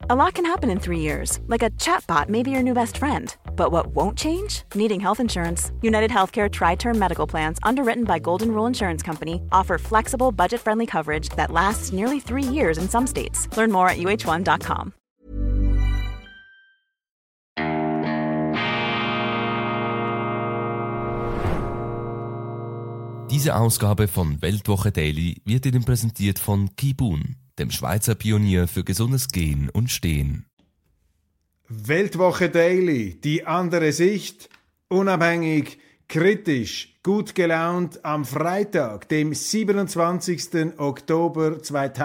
A lot can happen in 3 years, like a chatbot may be your new best friend. But what won't change? Needing health insurance. United Healthcare Tri-Term Medical Plans, underwritten by Golden Rule Insurance Company, offer flexible, budget-friendly coverage that lasts nearly 3 years in some states. Learn more at uh1.com. Diese Ausgabe von Weltwoche Daily wird Ihnen präsentiert von Kibun, dem Schweizer Pionier für gesundes Gehen und Stehen. Weltwoche Daily, die andere Sicht, unabhängig, kritisch, gut gelaunt am Freitag, dem 27. Oktober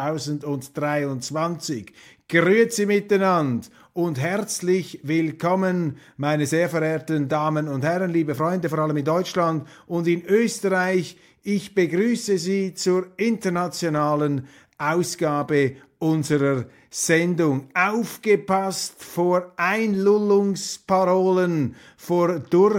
2023. Grüezi miteinander und herzlich willkommen, meine sehr verehrten Damen und Herren, liebe Freunde, vor allem in Deutschland und in Österreich. Ich begrüße Sie zur internationalen Ausgabe unserer Sendung. Aufgepasst vor Einlullungsparolen, vor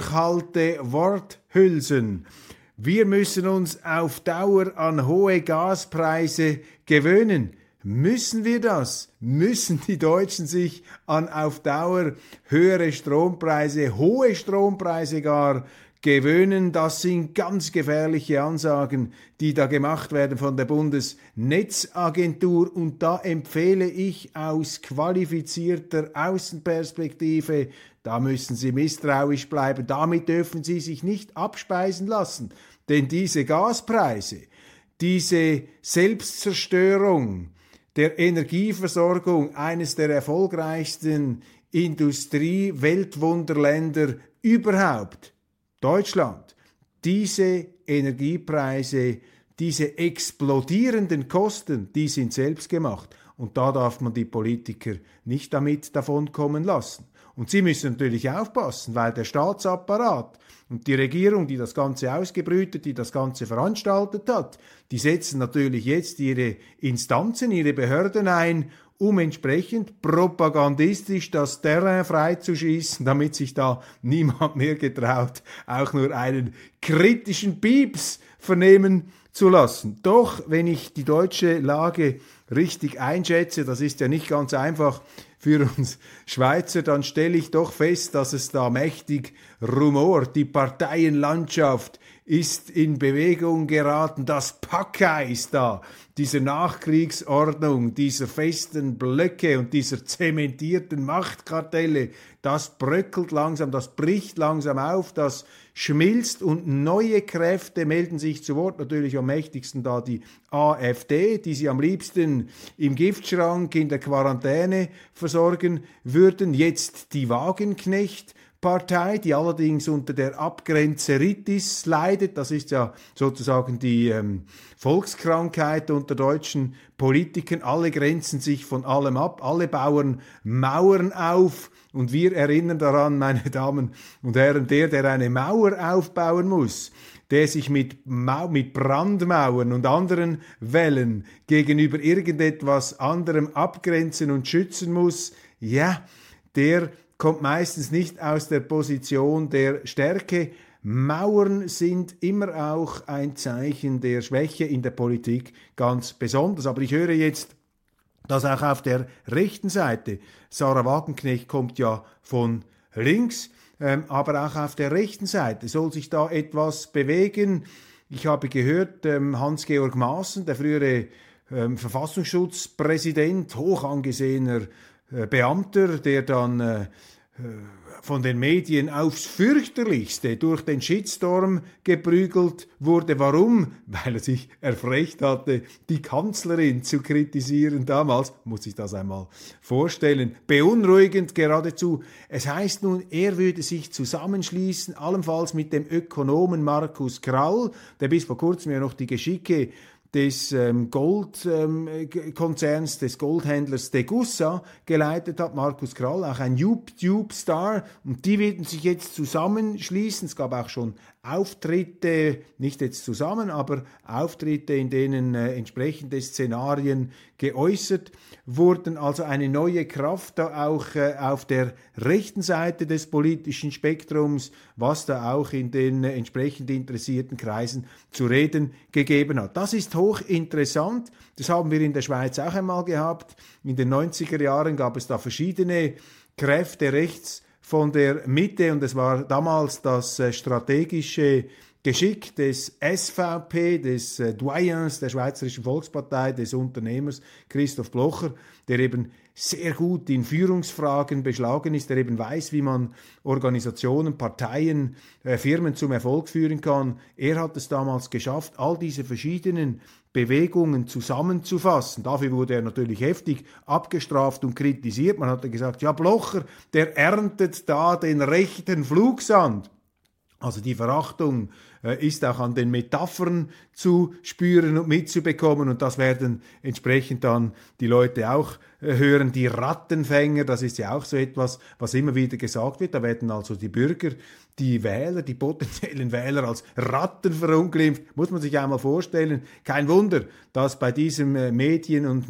Durchhalte-Worthülsen. Wir müssen uns auf Dauer an hohe Gaspreise gewöhnen. Müssen wir das? Müssen die Deutschen sich an auf Dauer höhere Strompreise, hohe Strompreise gar gewöhnen? Das sind ganz gefährliche Ansagen, die da gemacht werden von der Bundesnetzagentur. Und da empfehle ich aus qualifizierter Außenperspektive, da müssen Sie misstrauisch bleiben. Damit dürfen Sie sich nicht abspeisen lassen. Denn diese Gaspreise, diese Selbstzerstörung der Energieversorgung eines der erfolgreichsten Industrie-Weltwunderländer überhaupt, Deutschland, diese Energiepreise, diese explodierenden Kosten, die sind selbst gemacht. Und da darf man die Politiker nicht damit davonkommen lassen. Und sie müssen natürlich aufpassen, weil der Staatsapparat und die Regierung, die das Ganze ausgebrütet, die das Ganze veranstaltet hat, die setzen natürlich jetzt ihre Instanzen, ihre Behörden ein, um entsprechend propagandistisch das Terrain freizuschießen, damit sich da niemand mehr getraut, auch nur einen kritischen Pieps vernehmen zu lassen. Doch, wenn ich die deutsche Lage richtig einschätze, das ist ja nicht ganz einfach für uns Schweizer, dann stelle ich doch fest, dass es da mächtig rumort. Die Parteienlandschaft ist in Bewegung geraten. Das Packeis da, dieser Nachkriegsordnung, dieser festen Blöcke und dieser zementierten Machtkartelle, das bröckelt langsam, das bricht langsam auf, das schmilzt und neue Kräfte melden sich zu Wort. Natürlich am mächtigsten da die AfD, die sie am liebsten im Giftschrank in der Quarantäne versorgen würden. Jetzt die Wagenknecht-Partei, die allerdings unter der Abgrenzeritis leidet. Das ist ja sozusagen die Volkskrankheit unter deutschen Politikern. Alle grenzen sich von allem ab, alle bauen Mauern auf. Und wir erinnern daran, meine Damen und Herren, der eine Mauer aufbauen muss, der sich mit Brandmauern und anderen Wellen gegenüber irgendetwas anderem abgrenzen und schützen muss, ja, der kommt meistens nicht aus der Position der Stärke. Mauern sind immer auch ein Zeichen der Schwäche in der Politik, ganz besonders. Aber ich höre jetzt, dass auch auf der rechten Seite, Sarah Wagenknecht kommt ja von links, aber auch auf der rechten Seite soll sich da etwas bewegen. Ich habe gehört, Hans-Georg Maaßen, der frühere Verfassungsschutzpräsident, hoch angesehener Beamter, der dann von den Medien aufs fürchterlichste durch den Shitstorm geprügelt wurde. Warum? Weil er sich erfrecht hatte, die Kanzlerin zu kritisieren damals. Muss ich das einmal vorstellen. Beunruhigend geradezu. Es heißt nun, er würde sich zusammenschließen, allenfalls mit dem Ökonomen Markus Krall, der bis vor kurzem ja noch die Geschicke des Goldkonzerns, des Goldhändlers Degussa geleitet hat, Markus Krall, auch ein YouTube-Star, und die werden sich jetzt zusammenschließen. Es gab auch schon Auftritte, nicht jetzt zusammen, aber Auftritte, in denen entsprechende Szenarien geäußert wurden. Also eine neue Kraft da auch auf der rechten Seite des politischen Spektrums, was da auch in den entsprechend interessierten Kreisen zu reden gegeben hat. Das ist hochinteressant. Das haben wir in der Schweiz auch einmal gehabt. In den 90er Jahren gab es da verschiedene Kräfte rechts von der Mitte, und es war damals das strategische Geschick des SVP, des Doyens der Schweizerischen Volkspartei, des Unternehmers Christoph Blocher, der eben sehr gut in Führungsfragen beschlagen ist, der eben weiß, wie man Organisationen, Parteien, Firmen zum Erfolg führen kann. Er hat es damals geschafft, all diese verschiedenen Bewegungen zusammenzufassen. Dafür wurde er natürlich heftig abgestraft und kritisiert. Man hat gesagt, ja, Blocher, der erntet da den rechten Flugsand. Also die Verachtung ist auch an den Metaphern zu spüren und mitzubekommen, und das werden entsprechend dann die Leute auch hören. Die Rattenfänger, das ist ja auch so etwas, was immer wieder gesagt wird. Da werden also die Bürger, die Wähler, die potenziellen Wähler als Ratten verunglimpft. Muss man sich einmal vorstellen. Kein Wunder, dass bei diesem Medien- und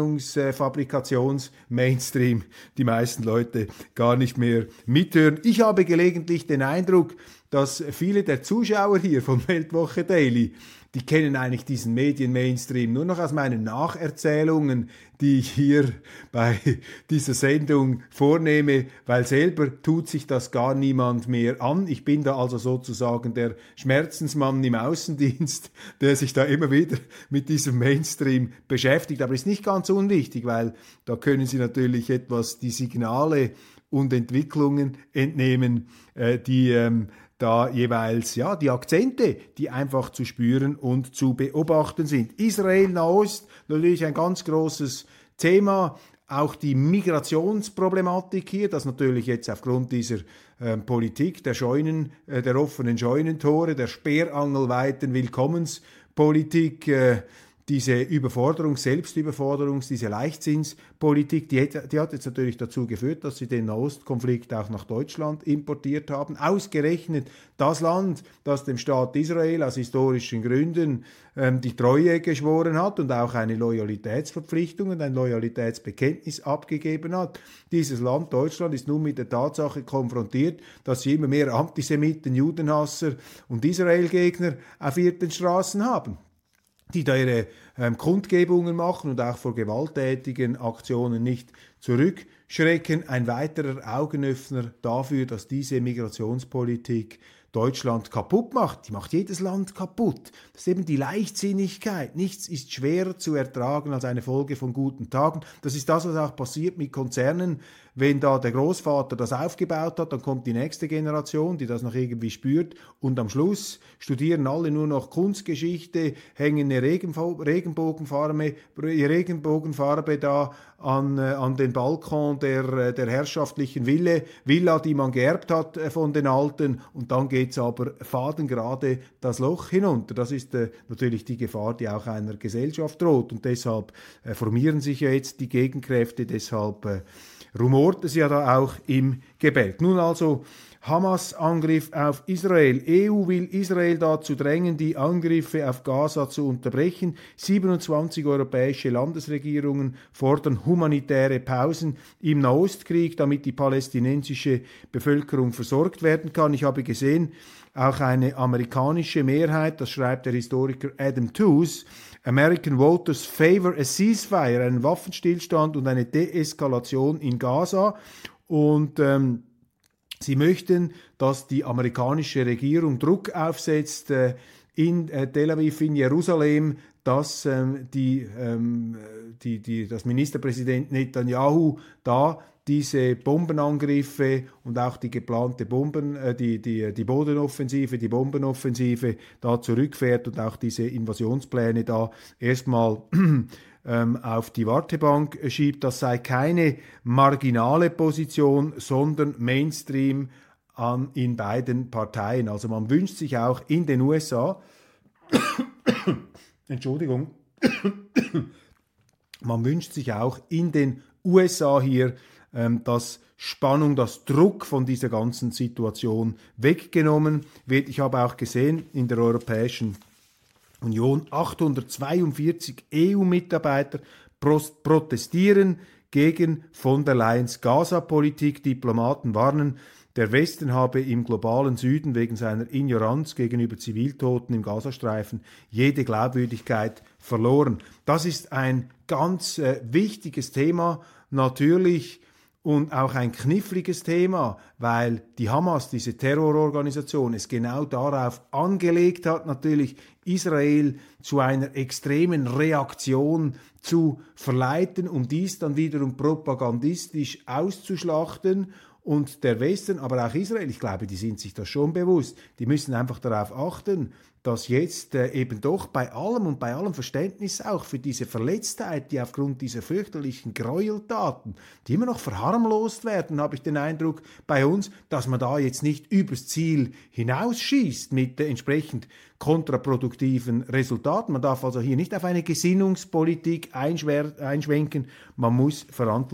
Meinungsfabrikations-Mainstream die meisten Leute gar nicht mehr mithören. Ich habe gelegentlich den Eindruck, dass viele der Zuschauer hier von Weltwoche Daily, die kennen eigentlich diesen Medien-Mainstream nur noch aus meinen Nacherzählungen, die ich hier bei dieser Sendung vornehme, weil selber tut sich das gar niemand mehr an. Ich bin da also sozusagen der Schmerzensmann im Außendienst, der sich da immer wieder mit diesem Mainstream beschäftigt. Aber ist nicht ganz unwichtig, weil da können Sie natürlich etwas die Signale und Entwicklungen entnehmen, die da jeweils ja die Akzente, die einfach zu spüren und zu beobachten sind. Israel, Nahost, natürlich ein ganz großes Thema. Auch die Migrationsproblematik hier, das natürlich jetzt aufgrund dieser Politik der Scheunen, der offenen Scheunentore, der speerangelweiten Willkommenspolitik, diese Überforderung, Selbstüberforderung, diese Leichtsinnspolitik, die hat jetzt natürlich dazu geführt, dass sie den Nahostkonflikt auch nach Deutschland importiert haben. Ausgerechnet das Land, das dem Staat Israel aus historischen Gründen die Treue geschworen hat und auch eine Loyalitätsverpflichtung und ein Loyalitätsbekenntnis abgegeben hat. Dieses Land, Deutschland, ist nun mit der Tatsache konfrontiert, dass sie immer mehr Antisemiten, Judenhasser und Israelgegner auf ihren Straßen haben, die da ihre Kundgebungen machen und auch vor gewalttätigen Aktionen nicht zurückschrecken. Ein weiterer Augenöffner dafür, dass diese Migrationspolitik Deutschland kaputt macht. Die macht jedes Land kaputt. Das ist eben die Leichtsinnigkeit. Nichts ist schwerer zu ertragen als eine Folge von guten Tagen. Das ist das, was auch passiert mit Konzernen. Wenn da der Großvater das aufgebaut hat, dann kommt die nächste Generation, die das noch irgendwie spürt, und am Schluss studieren alle nur noch Kunstgeschichte, hängen eine Regenbogenfarbe da an den Balkon der herrschaftlichen Villa, die man geerbt hat von den Alten, und dann geht's aber fadengerade das Loch hinunter. Das ist natürlich die Gefahr, die auch einer Gesellschaft droht, und deshalb formieren sich ja jetzt die Gegenkräfte, deshalb rumort es ja da auch im Gebälk. Nun also Hamas-Angriff auf Israel. EU will Israel dazu drängen, die Angriffe auf Gaza zu unterbrechen. 27 europäische Landesregierungen fordern humanitäre Pausen im Nahostkrieg, damit die palästinensische Bevölkerung versorgt werden kann. Ich habe gesehen, auch eine amerikanische Mehrheit, das schreibt der Historiker Adam Tooze, American voters favor a ceasefire, einen Waffenstillstand und eine Deeskalation in Gaza. Und sie möchten, dass die amerikanische Regierung Druck aufsetzt in Tel Aviv, in Jerusalem, dass das Ministerpräsident Netanyahu da diese Bombenangriffe und auch die geplante die Bodenoffensive, die Bombenoffensive da zurückfährt und auch diese Invasionspläne da erstmal auf die Wartebank schiebt. Das sei keine marginale Position, sondern Mainstream in beiden Parteien. Also man wünscht sich auch in den USA, man wünscht sich auch in den USA hier dass Spannung, dass Druck von dieser ganzen Situation weggenommen wird. Ich habe auch gesehen, in der Europäischen Union 842 EU-Mitarbeiter protestieren gegen von der Leyens Gaza-Politik. Diplomaten warnen, der Westen habe im globalen Süden wegen seiner Ignoranz gegenüber Ziviltoten im Gazastreifen jede Glaubwürdigkeit verloren. Das ist ein ganz wichtiges Thema, natürlich, und auch ein kniffliges Thema, weil die Hamas, diese Terrororganisation, es genau darauf angelegt hat, natürlich Israel zu einer extremen Reaktion zu verleiten, um dies dann wiederum propagandistisch auszuschlachten. Und der Westen, aber auch Israel, ich glaube, die sind sich das schon bewusst, die müssen einfach darauf achten, dass jetzt eben doch bei allem und bei allem Verständnis auch für diese Verletztheit, die aufgrund dieser fürchterlichen Gräueltaten, die immer noch verharmlost werden, habe ich den Eindruck bei uns, dass man da jetzt nicht übers Ziel hinausschießt mit entsprechend kontraproduktiven Resultaten. Man darf also hier nicht auf eine Gesinnungspolitik einschwenken, man muss die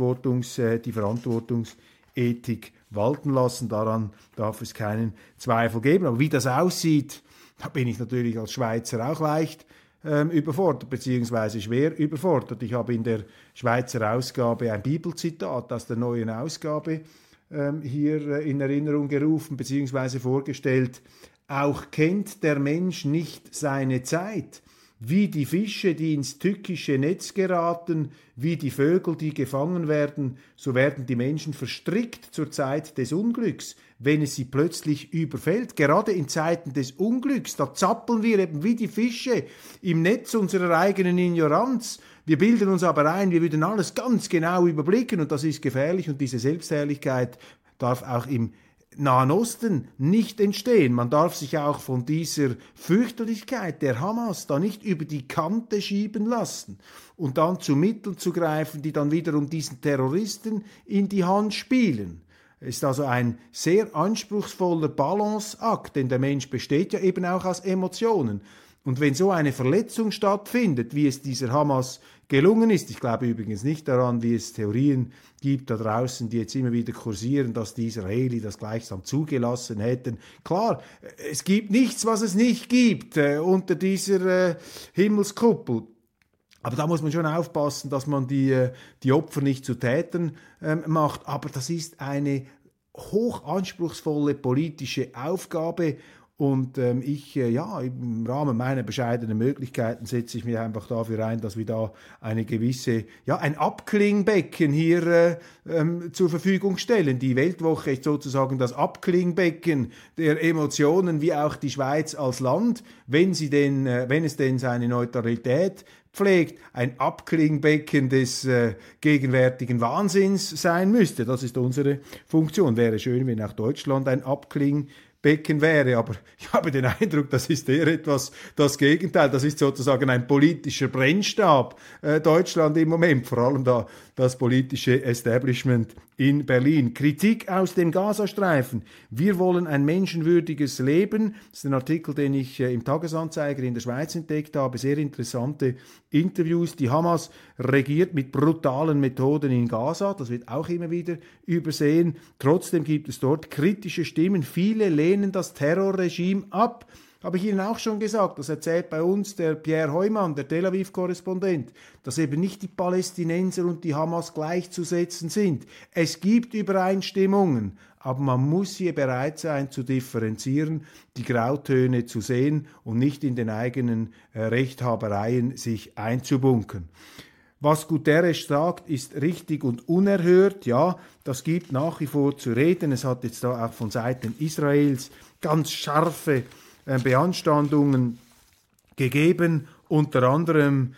Verantwortungsethik walten lassen, daran darf es keinen Zweifel geben. Aber wie das aussieht, da bin ich natürlich als Schweizer auch leicht überfordert, beziehungsweise schwer überfordert. Ich habe in der Schweizer Ausgabe ein Bibelzitat aus der neuen Ausgabe hier in Erinnerung gerufen, beziehungsweise vorgestellt. Auch kennt der Mensch nicht seine Zeit. Wie die Fische, die ins tückische Netz geraten, wie die Vögel, die gefangen werden, so werden die Menschen verstrickt zur Zeit des Unglücks, wenn es sie plötzlich überfällt. Gerade in Zeiten des Unglücks, da zappeln wir eben wie die Fische im Netz unserer eigenen Ignoranz. Wir bilden uns aber ein, wir würden alles ganz genau überblicken und das ist gefährlich und diese Selbstherrlichkeit darf auch im Nahen Osten nicht entstehen. Man darf sich auch von dieser Fürchterlichkeit der Hamas da nicht über die Kante schieben lassen und dann zu Mitteln zu greifen, die dann wiederum diesen Terroristen in die Hand spielen. Es ist also ein sehr anspruchsvoller Balanceakt, denn der Mensch besteht ja eben auch aus Emotionen. Und wenn so eine Verletzung stattfindet, wie es dieser Hamas gelungen ist, ich glaube übrigens nicht daran, wie es Theorien gibt da draußen, die jetzt immer wieder kursieren, dass die Israeli das gleichsam zugelassen hätten. Klar, es gibt nichts, was es nicht gibt unter dieser Himmelskuppel. Aber da muss man schon aufpassen, dass man die Opfer nicht zu Tätern macht. Aber das ist eine hochanspruchsvolle politische Aufgabe. Und im Rahmen meiner bescheidenen Möglichkeiten setze ich mich einfach dafür ein, dass wir da ein Abklingbecken hier zur Verfügung stellen. Die Weltwoche ist sozusagen das Abklingbecken der Emotionen, wie auch die Schweiz als Land, wenn es denn seine Neutralität pflegt, ein Abklingbecken des gegenwärtigen Wahnsinns sein müsste. Das ist unsere Funktion. Wäre schön, wenn auch Deutschland ein Abklingbecken wäre, aber ich habe den Eindruck, das ist eher etwas das Gegenteil. Das ist sozusagen ein politischer Brennstab, Deutschland im Moment, vor allem da das politische Establishment in Berlin. Kritik aus dem Gazastreifen. Wir wollen ein menschenwürdiges Leben. Das ist ein Artikel, den ich im Tagesanzeiger in der Schweiz entdeckt habe. Sehr interessante Interviews. Die Hamas regiert mit brutalen Methoden in Gaza. Das wird auch immer wieder übersehen. Trotzdem gibt es dort kritische Stimmen. Viele lehnen das Terrorregime ab. Habe ich Ihnen auch schon gesagt, das erzählt bei uns der Pierre Heumann, der Tel Aviv-Korrespondent, dass eben nicht die Palästinenser und die Hamas gleichzusetzen sind. Es gibt Übereinstimmungen, aber man muss hier bereit sein zu differenzieren, die Grautöne zu sehen und nicht in den eigenen Rechthabereien sich einzubunkern. Was Guterres sagt, ist richtig und unerhört. Ja, das gibt nach wie vor zu reden. Es hat jetzt da auch von Seiten Israels ganz scharfe Beanstandungen gegeben. Unter anderem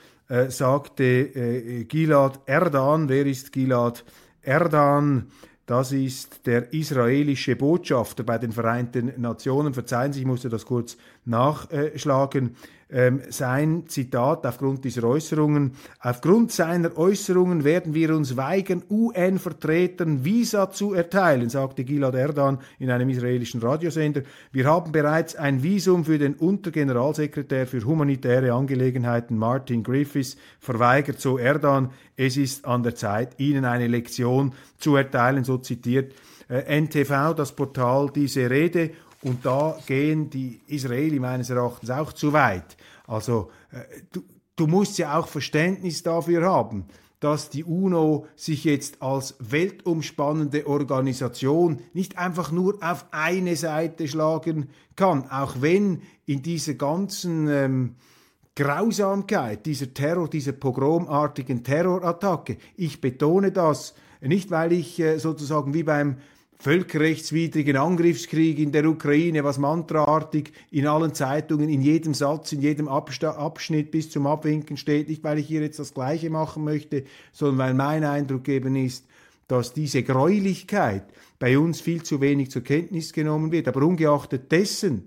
sagte Gilad Erdan, wer ist Gilad Erdan? Das ist der israelische Botschafter bei den Vereinten Nationen. Verzeihen Sie, ich musste das kurz nachschlagen. Sein Zitat aufgrund seiner Äußerungen werden wir uns weigern, UN-Vertretern Visa zu erteilen, sagte Gilad Erdan in einem israelischen Radiosender. Wir haben bereits ein Visum für den Untergeneralsekretär für humanitäre Angelegenheiten Martin Griffiths verweigert, so Erdan. Es ist an der Zeit, ihnen eine Lektion zu erteilen, so zitiert NTV, das Portal, diese Rede. Und da gehen die Israelis meines Erachtens auch zu weit. Also du musst ja auch Verständnis dafür haben, dass die UNO sich jetzt als weltumspannende Organisation nicht einfach nur auf eine Seite schlagen kann, auch wenn in dieser ganzen Grausamkeit, dieser Terror, dieser pogromartigen Terrorattacke, ich betone das, nicht weil ich sozusagen wie beim völkerrechtswidrigen Angriffskrieg in der Ukraine, was mantraartig in allen Zeitungen, in jedem Satz, in jedem Abschnitt bis zum Abwinken steht, nicht weil ich hier jetzt das Gleiche machen möchte, sondern weil mein Eindruck eben ist, dass diese Gräulichkeit bei uns viel zu wenig zur Kenntnis genommen wird. Aber ungeachtet dessen,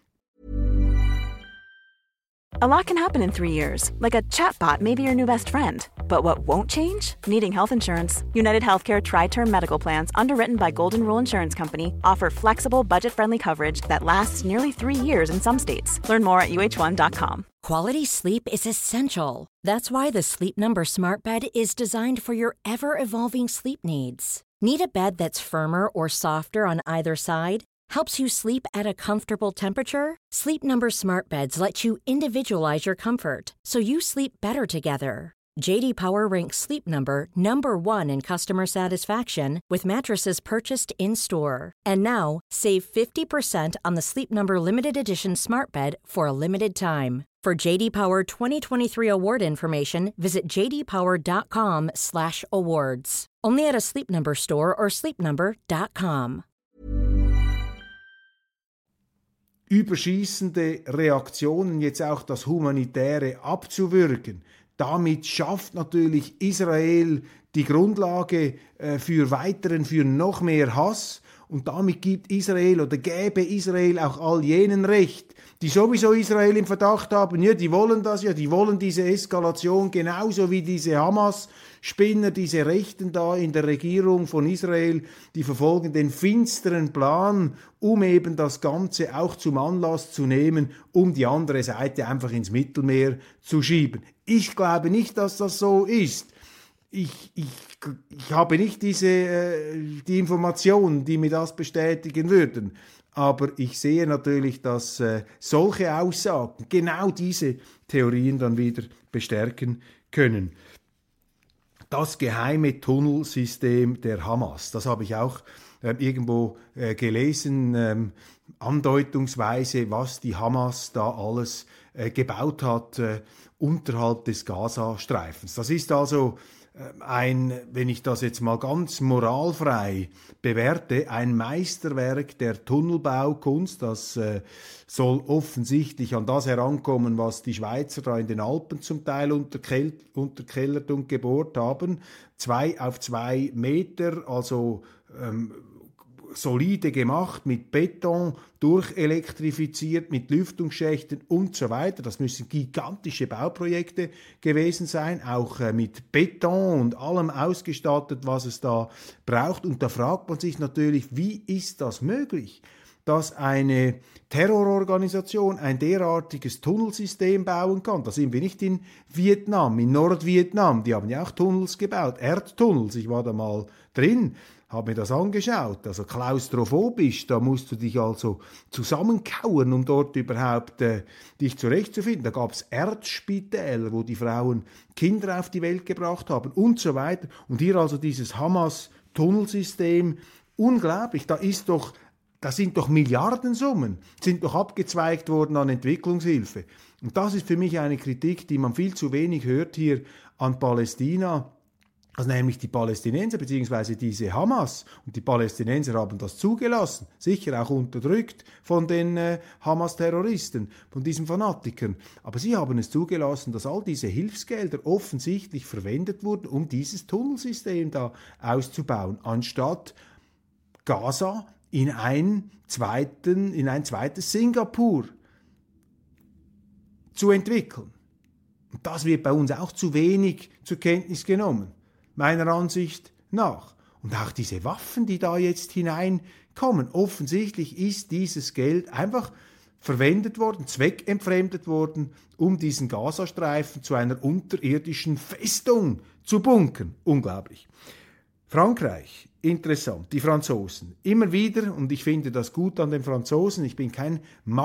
A lot can happen in 3 years, like a chatbot may be your new best friend. But what won't change? Needing health insurance. United Healthcare Tri-Term Medical Plans, underwritten by Golden Rule Insurance Company, offer flexible, budget-friendly coverage that lasts nearly 3 years in some states. Learn more at uh1.com. Quality sleep is essential. That's why the Sleep Number Smart Bed is designed for your ever-evolving sleep needs. Need a bed that's firmer or softer on either side? Helps you sleep at a comfortable temperature? Sleep Number Smart Beds let you individualize your comfort, so you sleep better together. J.D. Power ranks Sleep Number number 1 in customer satisfaction with mattresses purchased in-store. And now, save 50% on the Sleep Number Limited Edition Smart Bed for a limited time. For J.D. Power 2023 award information, visit jdpower.com/awards. Only at a Sleep Number store or sleepnumber.com. Überschießende Reaktionen, jetzt auch das Humanitäre abzuwürgen. Damit schafft natürlich Israel die Grundlage für noch mehr Hass. Und damit gibt Israel oder gäbe Israel auch all jenen Recht, die sowieso Israel im Verdacht haben. Ja, die wollen das ja, die wollen diese Eskalation genauso wie diese Hamas-Spinner, diese Rechten da in der Regierung von Israel, die verfolgen den finsteren Plan, um eben das Ganze auch zum Anlass zu nehmen, um die andere Seite einfach ins Mittelmeer zu schieben. Ich glaube nicht, dass das so ist. Ich habe nicht die Informationen, die mir das bestätigen würden. Aber ich sehe natürlich, dass solche Aussagen genau diese Theorien dann wieder bestärken können. Das geheime Tunnelsystem der Hamas, das habe ich auch irgendwo gelesen, andeutungsweise, was die Hamas da alles gebaut hat unterhalb des Gazastreifens. Das ist also wenn ich das jetzt mal ganz moralfrei bewerte, ein Meisterwerk der Tunnelbaukunst. Das soll offensichtlich an das herankommen, was die Schweizer da in den Alpen zum Teil unterkellert und gebohrt haben. 2 auf 2 Meter, also solide gemacht, mit Beton, durchelektrifiziert, mit Lüftungsschächten und so weiter. Das müssen gigantische Bauprojekte gewesen sein, auch mit Beton und allem ausgestattet, was es da braucht. Und da fragt man sich natürlich, wie ist das möglich, dass eine Terrororganisation ein derartiges Tunnelsystem bauen kann? Da sind wir nicht in Vietnam, in Nordvietnam. Die haben ja auch Tunnels gebaut, Erdtunnels. Ich war da mal drin, habe mir das angeschaut, also klaustrophobisch, da musst du dich also zusammenkauern, um dort überhaupt dich zurechtzufinden. Da gab es Erdspitäler, wo die Frauen Kinder auf die Welt gebracht haben und so weiter. Und hier also dieses Hamas-Tunnelsystem, unglaublich, da sind doch Milliardensummen, sind doch abgezweigt worden an Entwicklungshilfe. Und das ist für mich eine Kritik, die man viel zu wenig hört hier an Palästina. Also nämlich die Palästinenser bzw. diese Hamas, und die Palästinenser haben das zugelassen, sicher auch unterdrückt von den Hamas-Terroristen, von diesen Fanatikern. Aber sie haben es zugelassen, dass all diese Hilfsgelder offensichtlich verwendet wurden, um dieses Tunnelsystem da auszubauen, anstatt Gaza in ein zweites Singapur zu entwickeln. Und das wird bei uns auch zu wenig zur Kenntnis genommen, meiner Ansicht nach. Und auch diese Waffen, die da jetzt hineinkommen, offensichtlich ist dieses Geld einfach verwendet worden, zweckentfremdet worden, um diesen Gazastreifen zu einer unterirdischen Festung zu bunkern. Unglaublich. Frankreich, interessant, die Franzosen. Immer wieder, und ich finde das gut an den Franzosen, ich bin kein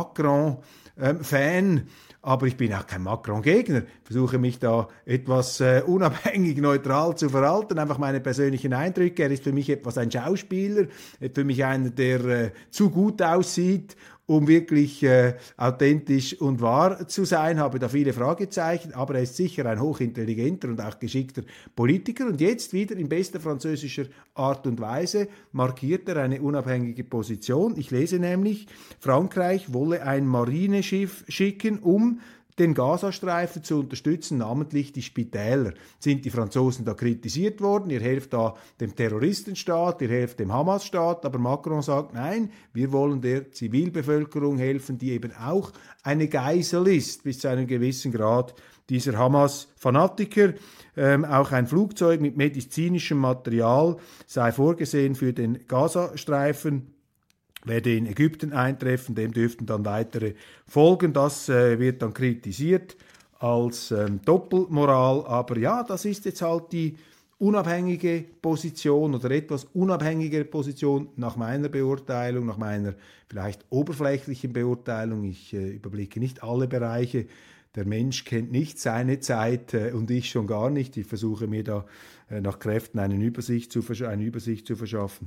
Macron-Fan, aber ich bin auch kein Macron-Gegner. Versuche mich da etwas unabhängig, neutral zu verhalten. Einfach meine persönlichen Eindrücke. Er ist für mich etwas ein Schauspieler, für mich einer, der zu gut aussieht, um wirklich authentisch und wahr zu sein, habe da viele Fragezeichen, aber er ist sicher ein hochintelligenter und auch geschickter Politiker und jetzt wieder in bester französischer Art und Weise markiert er eine unabhängige Position. Ich lese nämlich, Frankreich wolle ein Marineschiff schicken, um den Gazastreifen zu unterstützen, namentlich die Spitäler. Sind die Franzosen da kritisiert worden, ihr helft da dem Terroristenstaat, ihr helft dem Hamas-Staat, aber Macron sagt, nein, wir wollen der Zivilbevölkerung helfen, die eben auch eine Geisel ist, bis zu einem gewissen Grad dieser Hamas-Fanatiker. Auch ein Flugzeug mit medizinischem Material sei vorgesehen für den Gazastreifen, werde in Ägypten eintreffen, dem dürften dann weitere folgen. Das wird dann kritisiert als Doppelmoral. Aber ja, das ist jetzt halt die unabhängige Position oder etwas unabhängigere Position nach meiner Beurteilung, nach meiner vielleicht oberflächlichen Beurteilung. Ich überblicke nicht alle Bereiche. Der Mensch kennt nicht seine Zeit und ich schon gar nicht. Ich versuche mir da nach Kräften eine Übersicht zu verschaffen.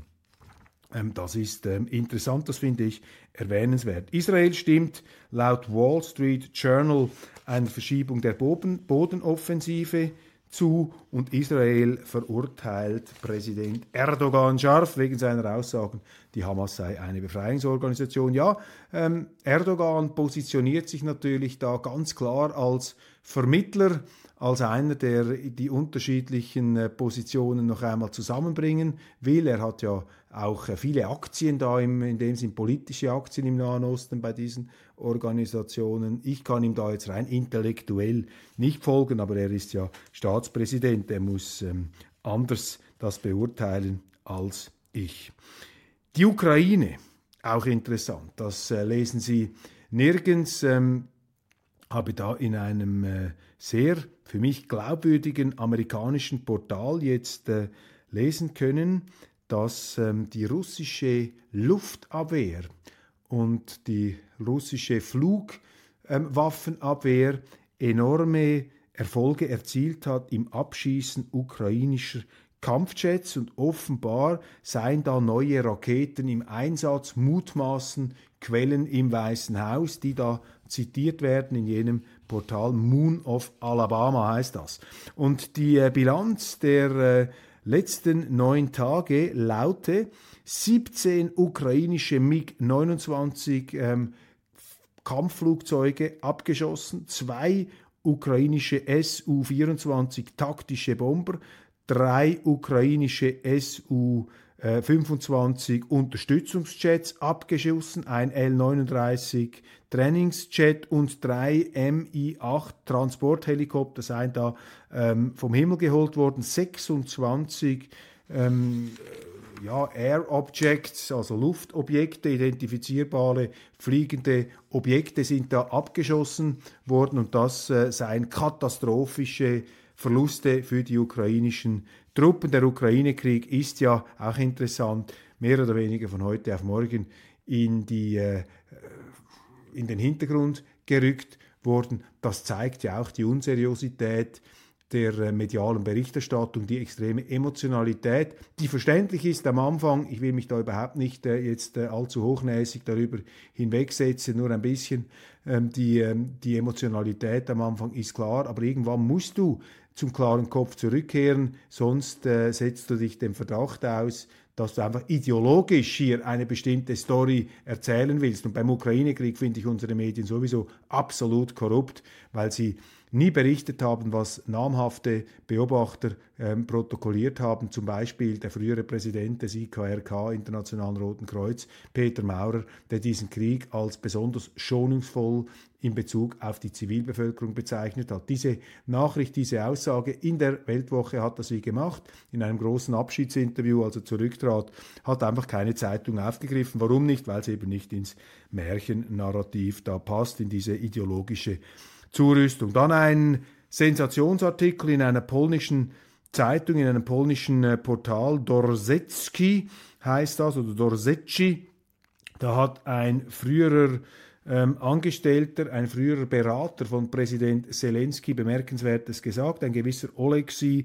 Das ist interessant, das finde ich erwähnenswert. Israel stimmt laut Wall Street Journal einer Verschiebung der Bodenoffensive zu und Israel verurteilt Präsident Erdogan scharf wegen seiner Aussagen, die Hamas sei eine Befreiungsorganisation. Ja, Erdogan positioniert sich natürlich da ganz klar als Vermittler, als einer, der die unterschiedlichen Positionen noch einmal zusammenbringen will. Er hat ja auch viele Aktien da, in dem Sinn politische Aktien im Nahen Osten bei diesen Organisationen. Ich kann ihm da jetzt rein intellektuell nicht folgen, aber er ist ja Staatspräsident. Er muss anders das beurteilen als ich. Die Ukraine, auch interessant. Das lesen Sie nirgends. Habe da in einem sehr für mich glaubwürdigen amerikanischen Portal jetzt lesen können, dass die russische Luftabwehr und die russische Flugwaffenabwehr enorme Erfolge erzielt hat im Abschießen ukrainischer Kampfjets und offenbar seien da neue Raketen im Einsatz, mutmaßen Quellen im Weißen Haus, die da zitiert werden in jenem Portal. Moon of Alabama heißt das. Und die Bilanz der letzten 9 Tage laute 17 ukrainische MiG-29 Kampfflugzeuge abgeschossen, 2 ukrainische Su-24 taktische Bomber, 3 ukrainische Su-25 Unterstützungsjets abgeschossen, ein L-39 Trainingsjet und 3 Mi-8 Transporthelikopter seien da vom Himmel geholt worden, 26 Air Objects, also Luftobjekte, identifizierbare fliegende Objekte sind da abgeschossen worden und das seien katastrophische Verluste für die ukrainischen Truppen. Der Ukraine-Krieg ist ja auch interessant, mehr oder weniger von heute auf morgen in den Hintergrund gerückt worden. Das zeigt ja auch die Unseriosität der medialen Berichterstattung, die extreme Emotionalität, die verständlich ist am Anfang. Ich will mich da überhaupt nicht jetzt allzu hochnäsig darüber hinwegsetzen, nur ein bisschen. Die Emotionalität am Anfang ist klar, aber irgendwann musst du zum klaren Kopf zurückkehren, sonst setzt du dich dem Verdacht aus, dass du einfach ideologisch hier eine bestimmte Story erzählen willst. Und beim Ukraine-Krieg finde ich unsere Medien sowieso absolut korrupt, weil sie nie berichtet haben, was namhafte Beobachter protokolliert haben, zum Beispiel der frühere Präsident des IKRK, Internationalen Roten Kreuz, Peter Maurer, der diesen Krieg als besonders schonungsvoll in Bezug auf die Zivilbevölkerung bezeichnet hat. Diese Nachricht, diese Aussage in der Weltwoche hat er sie gemacht, in einem großen Abschiedsinterview, als er zurücktrat, hat einfach keine Zeitung aufgegriffen. Warum nicht? Weil es eben nicht ins Märchennarrativ da passt, in diese ideologische Zurüstung. Dann ein Sensationsartikel in einer polnischen Zeitung, in einem polnischen Portal, Dorzecki heißt das, oder Dorzecki. Da hat ein früherer Angestellter, ein früherer Berater von Präsident Zelensky Bemerkenswertes gesagt, ein gewisser Oleksiy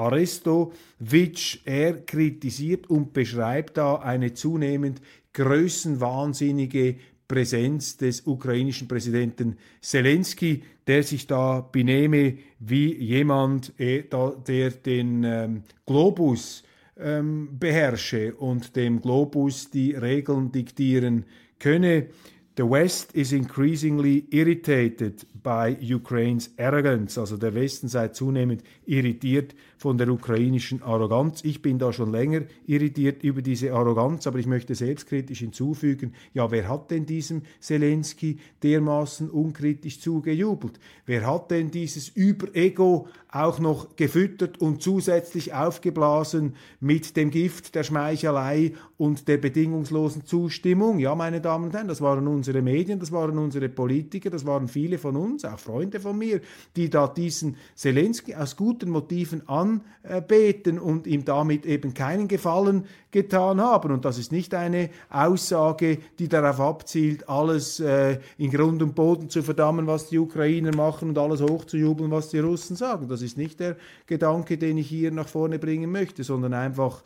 Arestovic. Er kritisiert und beschreibt da eine zunehmend größenwahnsinnige Präsenz des ukrainischen Präsidenten Zelensky, der sich da benehme wie jemand, der den Globus beherrsche und dem Globus die Regeln diktieren könne. The West is increasingly irritated by Ukraine's arrogance. Also der Westen sei zunehmend irritiert von der ukrainischen Arroganz. Ich bin da schon länger irritiert über diese Arroganz, aber ich möchte selbstkritisch hinzufügen, ja, wer hat denn diesem Zelensky dermaßen unkritisch zugejubelt? Wer hat denn dieses Überego auch noch gefüttert und zusätzlich aufgeblasen mit dem Gift der Schmeichelei und der bedingungslosen Zustimmung? Ja, meine Damen und Herren, das waren unsere Medien, das waren unsere Politiker, das waren viele von uns, auch Freunde von mir, die da diesen Zelensky aus guten Motiven anbeten und ihm damit eben keinen Gefallen getan haben. Und das ist nicht eine Aussage, die darauf abzielt, alles in Grund und Boden zu verdammen, was die Ukrainer machen und alles hochzujubeln, was die Russen sagen. Das ist nicht der Gedanke, den ich hier nach vorne bringen möchte, sondern einfach,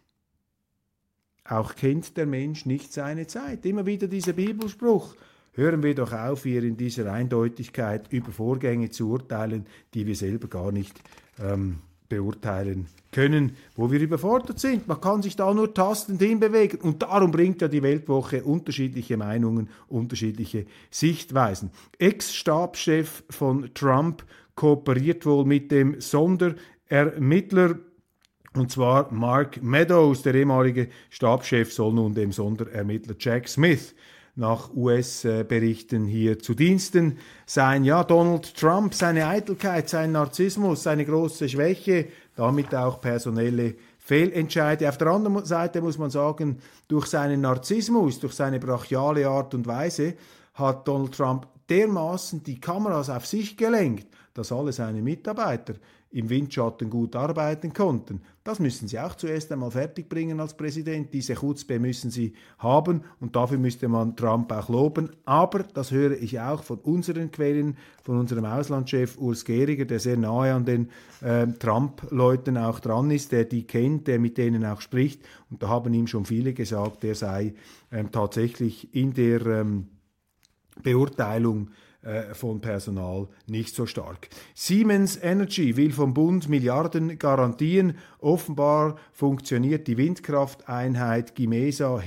auch kennt der Mensch nicht seine Zeit. Immer wieder dieser Bibelspruch. Hören wir doch auf, hier in dieser Eindeutigkeit über Vorgänge zu urteilen, die wir selber gar nicht beurteilen können, wo wir überfordert sind. Man kann sich da nur tastend hinbewegen. Und darum bringt ja die Weltwoche unterschiedliche Meinungen, unterschiedliche Sichtweisen. Ex-Stabschef von Trump kooperiert wohl mit dem Sonderermittler, und zwar Mark Meadows, der ehemalige Stabschef, soll nun dem Sonderermittler Jack Smith nach US-Berichten hier zu Diensten sein. Ja, Donald Trump, seine Eitelkeit, sein Narzissmus, seine große Schwäche, damit auch personelle Fehlentscheide. Auf der anderen Seite muss man sagen, durch seinen Narzissmus, durch seine brachiale Art und Weise hat Donald Trump dermaßen die Kameras auf sich gelenkt, dass alle seine Mitarbeiter im Windschatten gut arbeiten konnten. Das müssen sie auch zuerst einmal fertigbringen als Präsident. Diese Chutzpe müssen sie haben und dafür müsste man Trump auch loben. Aber, das höre ich auch von unseren Quellen, von unserem Auslandschef Urs Gehriger, der sehr nahe an den Trump-Leuten auch dran ist, der die kennt, der mit denen auch spricht. Und da haben ihm schon viele gesagt, der sei tatsächlich in der Beurteilung von Personal nicht so stark. Siemens Energy will vom Bund Milliarden Garantien. Offenbar funktioniert die Windkrafteinheit Gamesa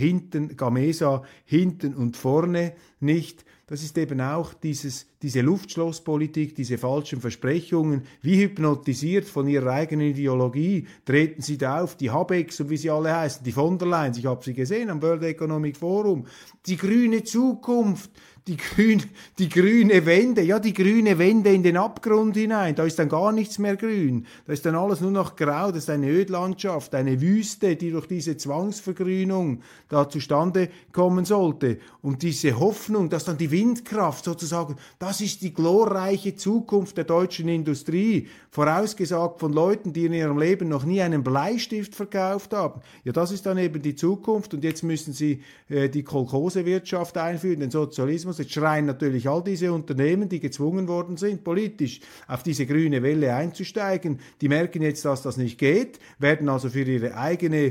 hinten und vorne nicht. Das ist eben auch diese Luftschlosspolitik, diese falschen Versprechungen. Wie hypnotisiert von ihrer eigenen Ideologie treten sie da auf, die Habecks und wie sie alle heißen, die von der Leyen, ich habe sie gesehen am World Economic Forum, die grüne Zukunft, die grüne Wende, ja, die grüne Wende in den Abgrund hinein, da ist dann gar nichts mehr grün, da ist dann alles nur noch grau, das ist eine Ödlandschaft, eine Wüste, die durch diese Zwangsvergrünung da zustande kommen sollte. Und diese Hoffnung, dass dann die Windkraft sozusagen, das ist die glorreiche Zukunft der deutschen Industrie, vorausgesagt von Leuten, die in ihrem Leben noch nie einen Bleistift verkauft haben. Ja, das ist dann eben die Zukunft und jetzt müssen sie die Kolchosewirtschaft einführen, den Sozialismus. Jetzt schreien natürlich all diese Unternehmen, die gezwungen worden sind, politisch auf diese grüne Welle einzusteigen. Die merken jetzt, dass das nicht geht, werden also für ihre eigene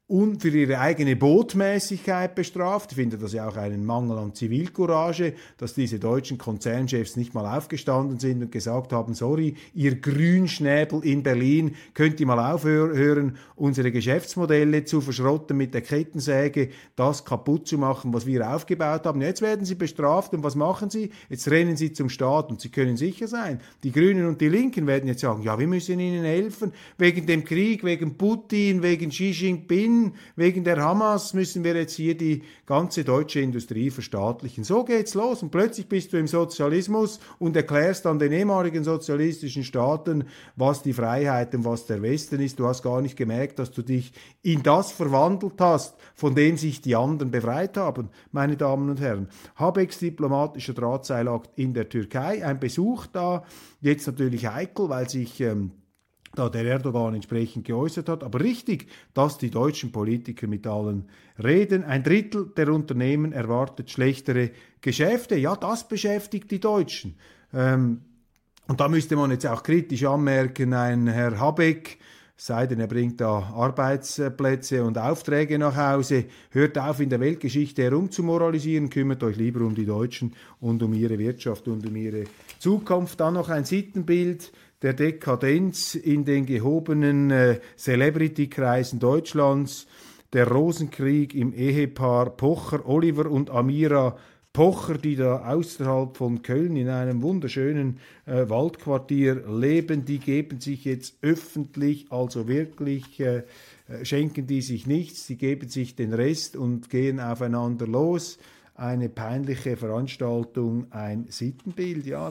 und für ihre eigene Botmäßigkeit bestraft. Ich finde das ja auch einen Mangel an Zivilcourage, dass diese deutschen Konzernchefs nicht mal aufgestanden sind und gesagt haben, sorry, ihr Grünschnäbel in Berlin, könnt ihr mal aufhören, unsere Geschäftsmodelle zu verschrotten mit der Kettensäge, das kaputt zu machen, was wir aufgebaut haben. Jetzt werden sie bestraft und was machen sie? Jetzt rennen sie zum Staat und sie können sicher sein, die Grünen und die Linken werden jetzt sagen, ja, wir müssen ihnen helfen, wegen dem Krieg, wegen Putin, wegen Xi Jinping, wegen der Hamas müssen wir jetzt hier die ganze deutsche Industrie verstaatlichen. So geht's los und plötzlich bist du im Sozialismus und erklärst dann den ehemaligen sozialistischen Staaten, was die Freiheit und was der Westen ist. Du hast gar nicht gemerkt, dass du dich in das verwandelt hast, von dem sich die anderen befreit haben, meine Damen und Herren. Habecks diplomatischer Drahtseilakt in der Türkei, ein Besuch da, jetzt natürlich heikel, weil sich da der Erdogan entsprechend geäußert hat. Aber richtig, dass die deutschen Politiker mit allen reden. 1/3 der Unternehmen erwartet schlechtere Geschäfte. Ja, das beschäftigt die Deutschen. Und da müsste man jetzt auch kritisch anmerken, ein Herr Habeck, sei denn er bringt da Arbeitsplätze und Aufträge nach Hause, hört auf, in der Weltgeschichte herumzumoralisieren, kümmert euch lieber um die Deutschen und um ihre Wirtschaft und um ihre Zukunft. Dann noch ein Sittenbild der Dekadenz in den gehobenen Celebrity-Kreisen Deutschlands, der Rosenkrieg im Ehepaar Pocher, Oliver und Amira Pocher, die da außerhalb von Köln in einem wunderschönen Waldquartier leben, die geben sich jetzt öffentlich, also wirklich schenken die sich nichts, die geben sich den Rest und gehen aufeinander los. Eine peinliche Veranstaltung, ein Sittenbild, ja,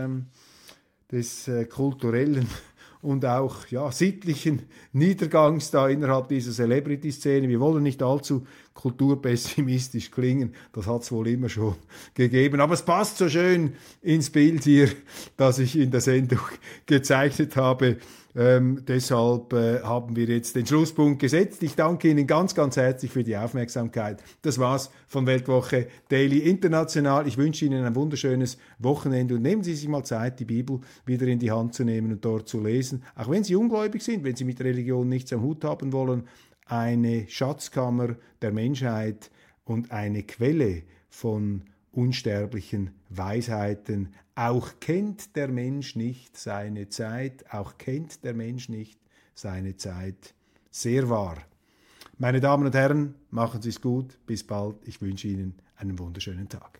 des kulturellen und auch sittlichen Niedergangs da innerhalb dieser Celebrity-Szene. Wir wollen nicht allzu kulturpessimistisch klingen, das hat es wohl immer schon gegeben, aber es passt so schön ins Bild hier, das ich in der Sendung gezeichnet habe. Deshalb haben wir jetzt den Schlusspunkt gesetzt. Ich danke Ihnen ganz, ganz herzlich für die Aufmerksamkeit. Das war's von Weltwoche Daily International. Ich wünsche Ihnen ein wunderschönes Wochenende und nehmen Sie sich mal Zeit, die Bibel wieder in die Hand zu nehmen und dort zu lesen. Auch wenn Sie ungläubig sind, wenn Sie mit Religion nichts am Hut haben wollen, eine Schatzkammer der Menschheit und eine Quelle von unsterblichen Weisheiten. Auch kennt der Mensch nicht seine Zeit, auch kennt der Mensch nicht seine Zeit. Sehr wahr. Meine Damen und Herren, machen Sie es gut, bis bald. Ich wünsche Ihnen einen wunderschönen Tag.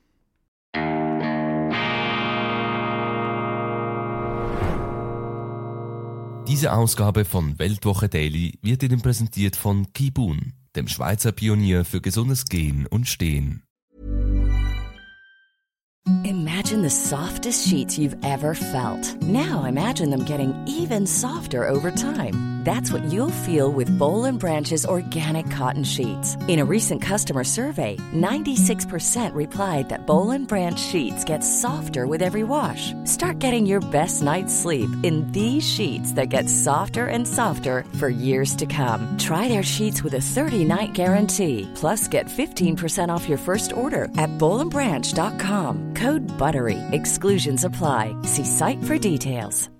Diese Ausgabe von Weltwoche Daily wird Ihnen präsentiert von Kibun, dem Schweizer Pionier für gesundes Gehen und Stehen. Imagine the softest sheets you've ever felt. Now imagine them getting even softer over time. That's what you'll feel with Boll & Branch's organic cotton sheets. In a recent customer survey, 96% replied that Boll & Branch sheets get softer with every wash. Start getting your best night's sleep in these sheets that get softer and softer for years to come. Try their sheets with a 30-night guarantee. Plus, get 15% off your first order at bollandbranch.com. Code BUTTERY. Exclusions apply. See site for details.